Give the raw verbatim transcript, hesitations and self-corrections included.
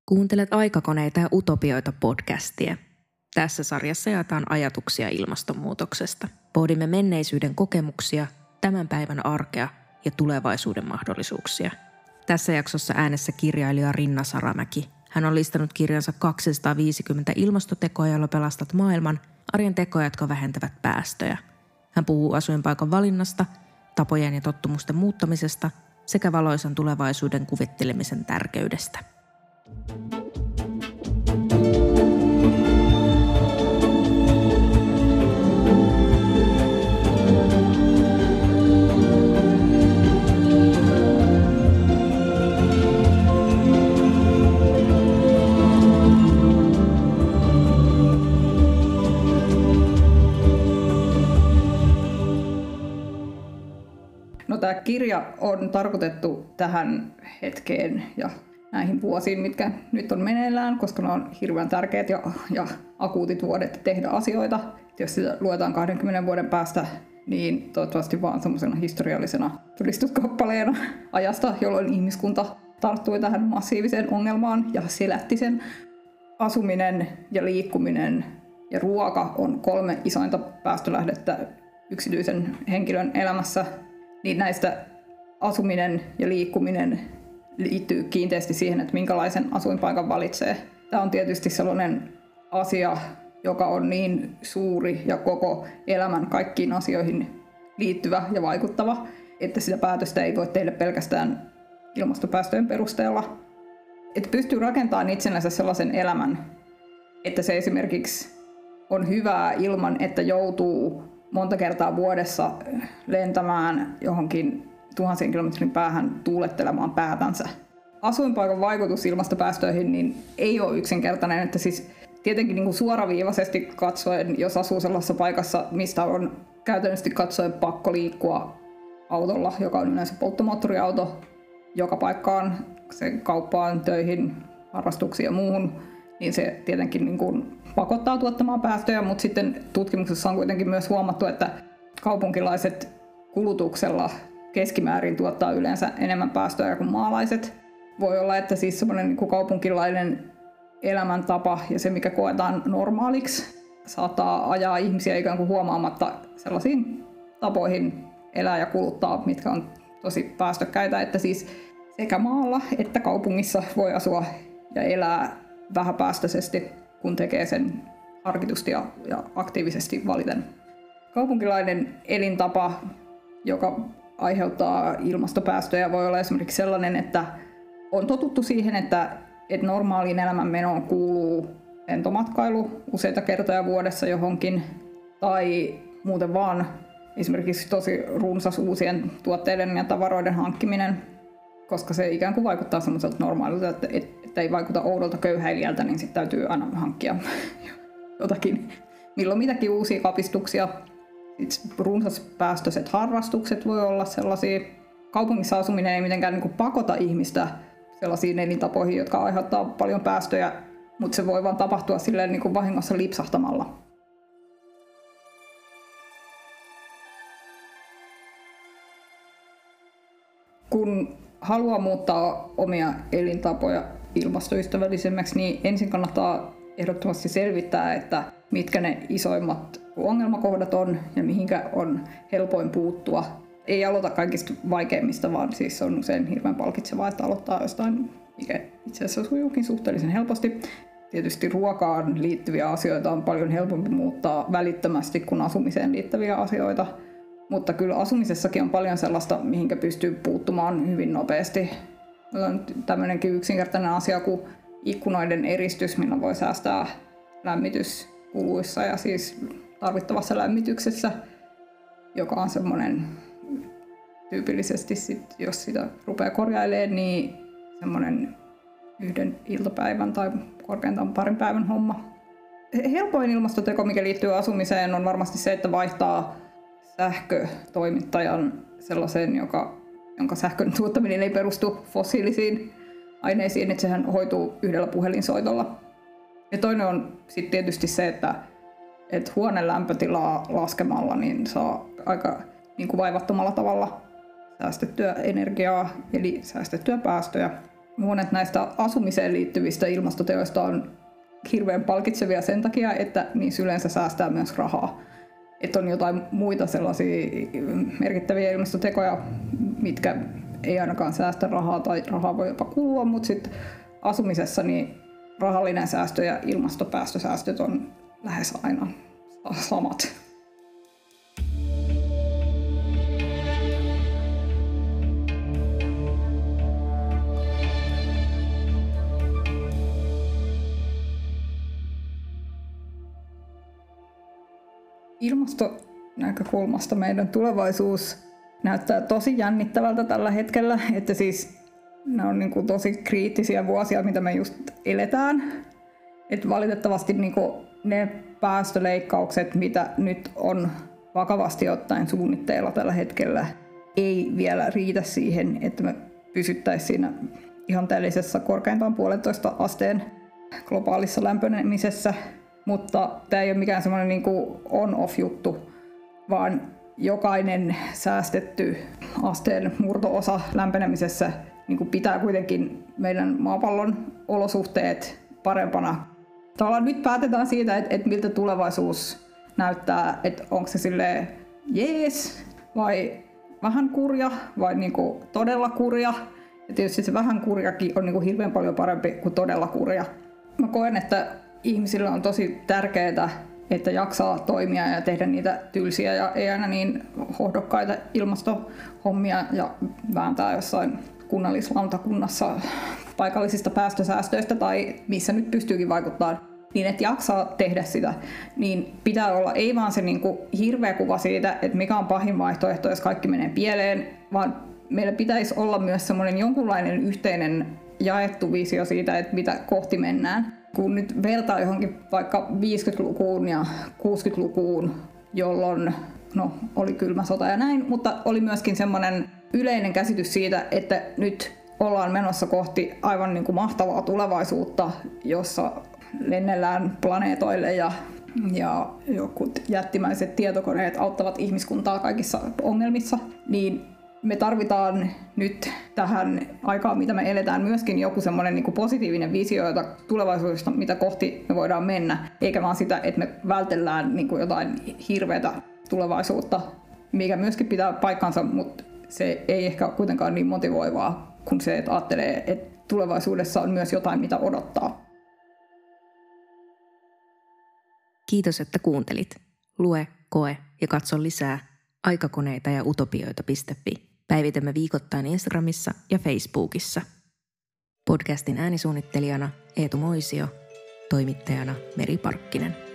Kuuntelet Aikakoneita ja utopioita podcastia. Tässä sarjassa jaetaan ajatuksia ilmastonmuutoksesta. Pohdimme menneisyyden kokemuksia, tämän päivän arkea ja tulevaisuuden mahdollisuuksia. Tässä jaksossa äänessä kirjailija Rinna Saramäki. Hän on listannut kirjansa kaksisataaviisikymmentä ilmastotekoa, joilla pelastat maailman, arjen tekoja, jotka vähentävät päästöjä. Hän puhuu asuinpaikan valinnasta, tapojen ja tottumusten muuttamisesta sekä valoisan tulevaisuuden kuvittelemisen tärkeydestä. No, tämä kirja on tarkoitettu tähän hetkeen ja näihin vuosiin, mitkä nyt on meneillään, koska ne on hirveän tärkeät ja, ja akuutit vuodet tehdä asioita. Jos sitä luetaan kahdenkymmenen vuoden päästä, niin toivottavasti vaan semmoisena historiallisena todistuskappaleena ajasta, jolloin ihmiskunta tarttui tähän massiiviseen ongelmaan ja selätti sen. Asuminen ja liikkuminen ja ruoka on kolme isointa päästölähdettä yksityisen henkilön elämässä. Niin näistä asuminen ja liikkuminen liittyy kiinteästi siihen, että minkälaisen asuinpaikan valitsee. Tämä on tietysti sellainen asia, joka on niin suuri ja koko elämän kaikkiin asioihin liittyvä ja vaikuttava, että sitä päätöstä ei voi tehdä pelkästään ilmastopäästöjen perusteella. Että pystyy rakentamaan itsellensä sellaisen elämän, että se esimerkiksi on hyvää ilman, että joutuu monta kertaa vuodessa lentämään johonkin tuhansien kilometrin päähän tuulettelemaan päätänsä. Asuinpaikan vaikutus ilmastopäästöihin niin ei ole yksinkertainen, että siis tietenkin niin kuin suoraviivaisesti katsoen, jos asuu sellaisessa paikassa, mistä on käytännössä katsoen pakko liikkua autolla, joka on yleensä polttomoottoriauto, joka paikkaan, sen kauppaan, töihin, harrastuksiin ja muuhun, niin se tietenkin niin kuin pakottaa tuottamaan päästöjä, mutta sitten tutkimuksessa on kuitenkin myös huomattu, että kaupunkilaiset kulutuksella keskimäärin tuottaa yleensä enemmän päästöjä kuin maalaiset. Voi olla, että siis semmoinen niin kuin kaupunkilainen elämäntapa ja se, mikä koetaan normaaliksi, saattaa ajaa ihmisiä ikään kuin huomaamatta sellaisiin tapoihin elää ja kuluttaa, mitkä on tosi päästökkäitä, että siis sekä maalla että kaupungissa voi asua ja elää vähäpäästöisesti, kun tekee sen harkitusti ja, ja aktiivisesti valiten. Kaupunkilainen elintapa, joka aiheuttaa ilmastopäästöjä, voi olla esimerkiksi sellainen, että on totuttu siihen, että, että normaaliin elämänmenoon kuuluu lentomatkailu useita kertoja vuodessa johonkin, tai muuten vaan esimerkiksi tosi runsas uusien tuotteiden ja tavaroiden hankkiminen, koska se ikään kuin vaikuttaa semmoiselta normaalilta, että, että ei vaikuta oudolta köyhäilijältä, niin sitten täytyy aina hankkia jotakin, milloin mitäkin uusia kapistuksia. Sitten runsaspäästöiset harrastukset voi olla sellaisia. Kaupungissa asuminen ei mitenkään niin kuin pakota ihmistä sellaisiin elintapoihin, jotka aiheuttaa paljon päästöjä, mutta se voi vaan tapahtua silleen niin kuin vahingossa lipsahtamalla. Kun haluaa muuttaa omia elintapoja ilmastoystävällisemmäksi, niin ensin kannattaa ehdottomasti selvittää, että mitkä ne isoimmat ongelmakohdat on ja mihinkä on helpoin puuttua. Ei aloita kaikista vaikeimmista, vaan siis on usein hirveän palkitsevaa, että aloittaa jostain, mikä itse asiassa sujuukin suhteellisen helposti. Tietysti ruokaan liittyviä asioita on paljon helpompi muuttaa välittömästi kuin asumiseen liittyviä asioita. Mutta kyllä asumisessakin on paljon sellaista, mihinkä pystyy puuttumaan hyvin nopeasti. On tämmöinenkin yksinkertainen asia kuin ikkunoiden eristys, millä voi säästää lämmityskuluissa ja siis tarvittavassa lämmityksessä, joka on semmoinen tyypillisesti, sit, jos sitä rupeaa korjailemaan, niin semmoinen yhden iltapäivän tai korkeintaan parin päivän homma. Helpoin ilmastoteko, mikä liittyy asumiseen, on varmasti se, että vaihtaa sähkötoimittajan sellaisen, joka, jonka sähkön tuottaminen ei perustu fossiilisiin aineisiin, että sehän hoituu yhdellä puhelinsoitolla. Ja toinen on sitten tietysti se, että, että huoneen lämpötilaa laskemalla niin saa aika niin kuin vaivattomalla tavalla säästettyä energiaa, eli säästettyä päästöjä. monet näistä asumiseen liittyvistä ilmastoteoista on hirveän palkitsevia sen takia, että niissä yleensä säästää myös rahaa. Että on jotain muita sellaisia merkittäviä ilmastotekoja, mitkä ei ainakaan säästä rahaa tai rahaa voi jopa kulua, mutta sitten asumisessa niin rahallinen säästö ja ilmastopäästösäästöt on lähes aina samat. Ilmastonäkökulmasta meidän tulevaisuus näyttää tosi jännittävältä tällä hetkellä, että siis nämä on niin kuin tosi kriittisiä vuosia, mitä me just eletään. Et valitettavasti niin kuin ne päästöleikkaukset, mitä nyt on vakavasti ottaen suunnitteilla tällä hetkellä, ei vielä riitä siihen, että me pysyttäisiin siinä ihanteellisessa korkeintaan puolentoista asteen globaalissa lämpenemisessä. Mutta tämä ei ole mikään semmoinen niin kuin on-off-juttu, vaan jokainen säästetty asteen murto-osa lämpenemisessä niin kuin pitää kuitenkin meidän maapallon olosuhteet parempana. Tavallaan nyt päätetään siitä, että, että miltä tulevaisuus näyttää, että onko se silleen jees vai vähän kurja vai niin kuin todella kurja. Ja tietysti se vähän kurjakin on niin kuin hirveän paljon parempi kuin todella kurja. Mä koen, että ihmisillä on tosi tärkeää, että jaksaa toimia ja tehdä niitä tylsiä ja ei aina niin hohdokkaita ilmastohommia ja vääntää jossain kunnallislautakunnassa paikallisista päästösäästöistä tai missä nyt pystyykin vaikuttaa, niin että jaksaa tehdä sitä, niin pitää olla ei vaan se niin kuin hirveä kuva siitä, että mikä on pahin vaihtoehto, jos kaikki menee pieleen, vaan meillä pitäisi olla myös semmoinen jonkunlainen yhteinen jaettu visio siitä, että mitä kohti mennään. Kun nyt vertaa johonkin vaikka viisikymmentälukuun ja kuusikymmentälukuun, jolloin no, oli kylmä sota ja näin, mutta oli myöskin semmoinen yleinen käsitys siitä, että nyt ollaan menossa kohti aivan niin kuin mahtavaa tulevaisuutta, jossa lennellään planeetoille ja, ja jokut jättimäiset tietokoneet auttavat ihmiskuntaa kaikissa ongelmissa, niin me tarvitaan nyt tähän aikaan, mitä me eletään, myöskin joku semmoinen niin kuin positiivinen visio jota tulevaisuudesta, mitä kohti me voidaan mennä, eikä vaan sitä, että me vältellään niin kuin jotain hirveätä tulevaisuutta, mikä myöskin pitää paikkansa, mutta se ei ehkä ole kuitenkaan niin motivoivaa kuin se, että ajattelee, että tulevaisuudessa on myös jotain, mitä odottaa. Kiitos, että kuuntelit. Lue, koe ja katso lisää aikakoneita ja utopioita piste fi. Päivitämme viikoittain Instagramissa ja Facebookissa. Podcastin äänisuunnittelijana Eetu Moisio, toimittajana Meri Parkkinen.